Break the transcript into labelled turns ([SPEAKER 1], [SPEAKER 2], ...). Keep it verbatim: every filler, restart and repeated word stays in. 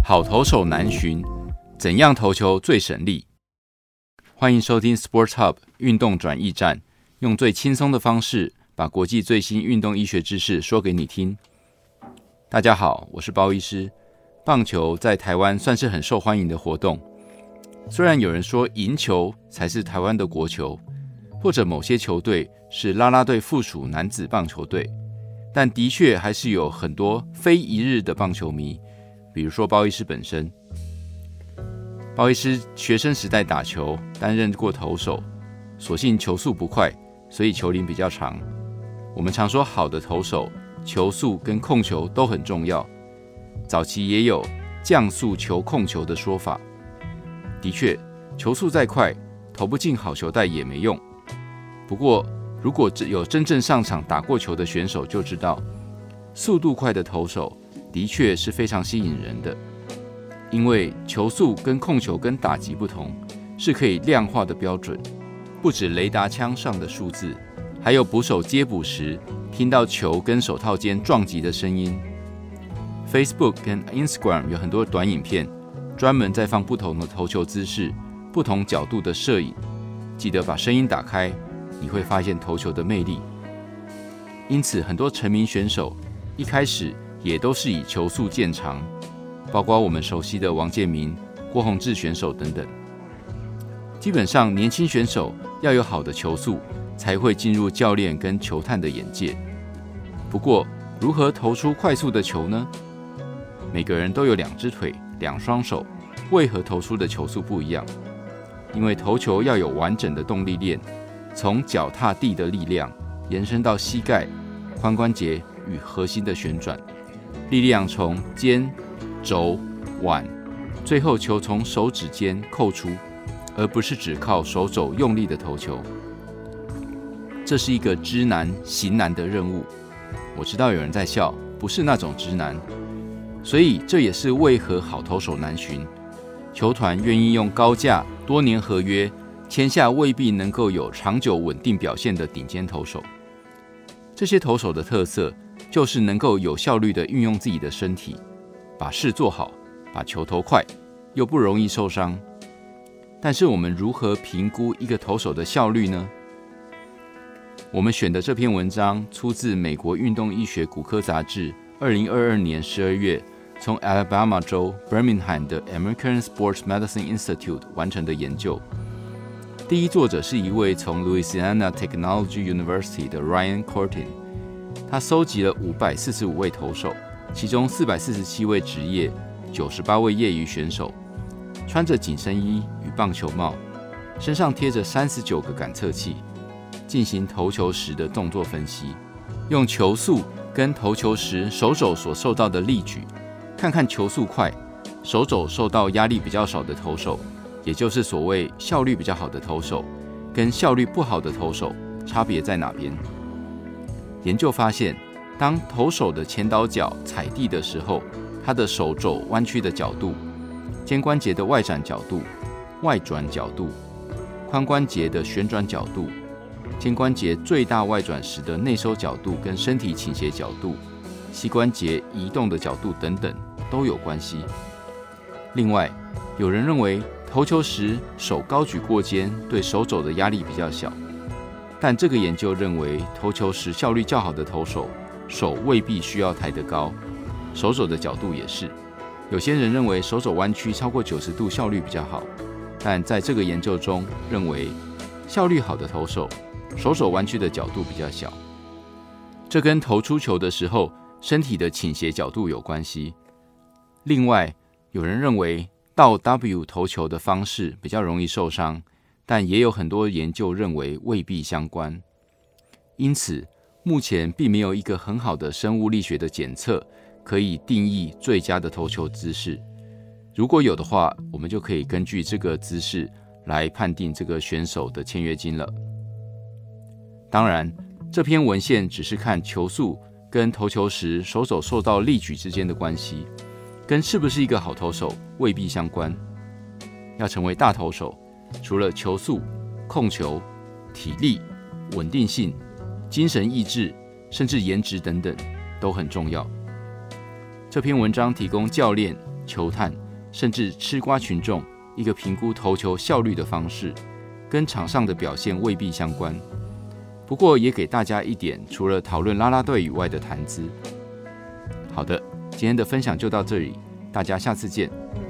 [SPEAKER 1] 好投手难寻，怎样投球最省力？欢迎收听 Sports Hub 运动转驿站，用最轻松的方式把国际最新运动医学知识说给你听。大家好，我是包医师。棒球在台湾算是很受欢迎的活动，虽然有人说赢球才是台湾的国球，或者某些球队是啦啦队附属男子棒球队，但的确还是有很多非一日的棒球迷，比如说包医师本身。包医师学生时代打球，担任过投手，所幸球速不快，所以球龄比较长。我们常说好的投手，球速跟控球都很重要。早期也有降速球控球的说法。的确，球速再快，投不进好球带也没用。不过，如果有真正上场打过球的选手就知道，速度快的投手的确是非常吸引人的。因为球速跟控球跟打击不同，是可以量化的标准，不止雷达枪上的数字，还有捕手接捕时听到球跟手套间撞击的声音。Facebook 跟 Instagram 有很多短影片，专门在放不同的投球姿势、不同角度的摄影。记得把声音打开，你会发现投球的魅力。因此，很多成名选手一开始也都是以球速见长。包括我们熟悉的王建民、郭泓志选手等等。基本上，年轻选手要有好的球速，才会进入教练跟球探的眼界。不过，如何投出快速的球呢？每个人都有两只腿、两双手，为何投出的球速不一样？因为投球要有完整的动力链，从脚踏地的力量延伸到膝盖、髋关节与核心的旋转，力量从肩、肘、腕，最后球从手指间扣出，而不是只靠手肘用力的投球。这是一个知难行难的任务。我知道有人在笑，不是那种知难。所以这也是为何好投手难寻，球团愿意用高价、多年合约签下未必能够有长久稳定表现的顶尖投手。这些投手的特色就是能够有效率地运用自己的身体，把事做好，把球投快，又不容易受伤。但是我们如何评估一个投手的效率呢？我们选的这篇文章出自美国运动医学骨科杂志二零二二年十二月从 Alabama 州 Birmingham 的 American Sports Medicine Institute 完成的研究。第一作者是一位从 Louisiana Technology University 的 Ryan Cortin， 他搜集了五百四十五位投手，其中四百四十七位职业，九十八位业余选手，穿着紧身衣与棒球帽，身上贴着三十九个感测器，进行投球时的动作分析，用球速跟投球时手肘所受到的力矩，看看球速快、手肘受到压力比较少的投手，也就是所谓效率比较好的投手，跟效率不好的投手差别在哪边。研究发现，当投手的前倒脚踩地的时候，他的手肘弯曲的角度、肩关节的外展角度、外转角度、髋关节的旋转角度、肩关节最大外转时的内收角度跟身体倾斜角度、膝关节移动的角度等等都有关系。另外，有人认为投球时手高举过肩对手肘的压力比较小，但这个研究认为投球时效率较好的投手手未必需要抬得高，手肘的角度也是。有些人认为手肘弯曲超过九十度效率比较好，但在这个研究中认为效率好的投手手肘弯曲的角度比较小，这跟投出球的时候身体的倾斜角度有关系。另外，有人认为倒 W 投球的方式比较容易受伤，但也有很多研究认为未必相关。因此，目前并没有一个很好的生物力学的检测可以定义最佳的投球姿势。如果有的话，我们就可以根据这个姿势来判定这个选手的签约金了。当然，这篇文献只是看球速跟投球时手肘受到力矩之间的关系，跟是不是一个好投手未必相关。要成为大投手，除了球速、控球、体力、稳定性、精神意志，甚至颜值等等，都很重要。这篇文章提供教练、球探甚至吃瓜群众一个评估投球效率的方式，跟场上的表现未必相关。不过也给大家一点除了讨论啦啦队以外的谈资。好的，今天的分享就到这里，大家下次见。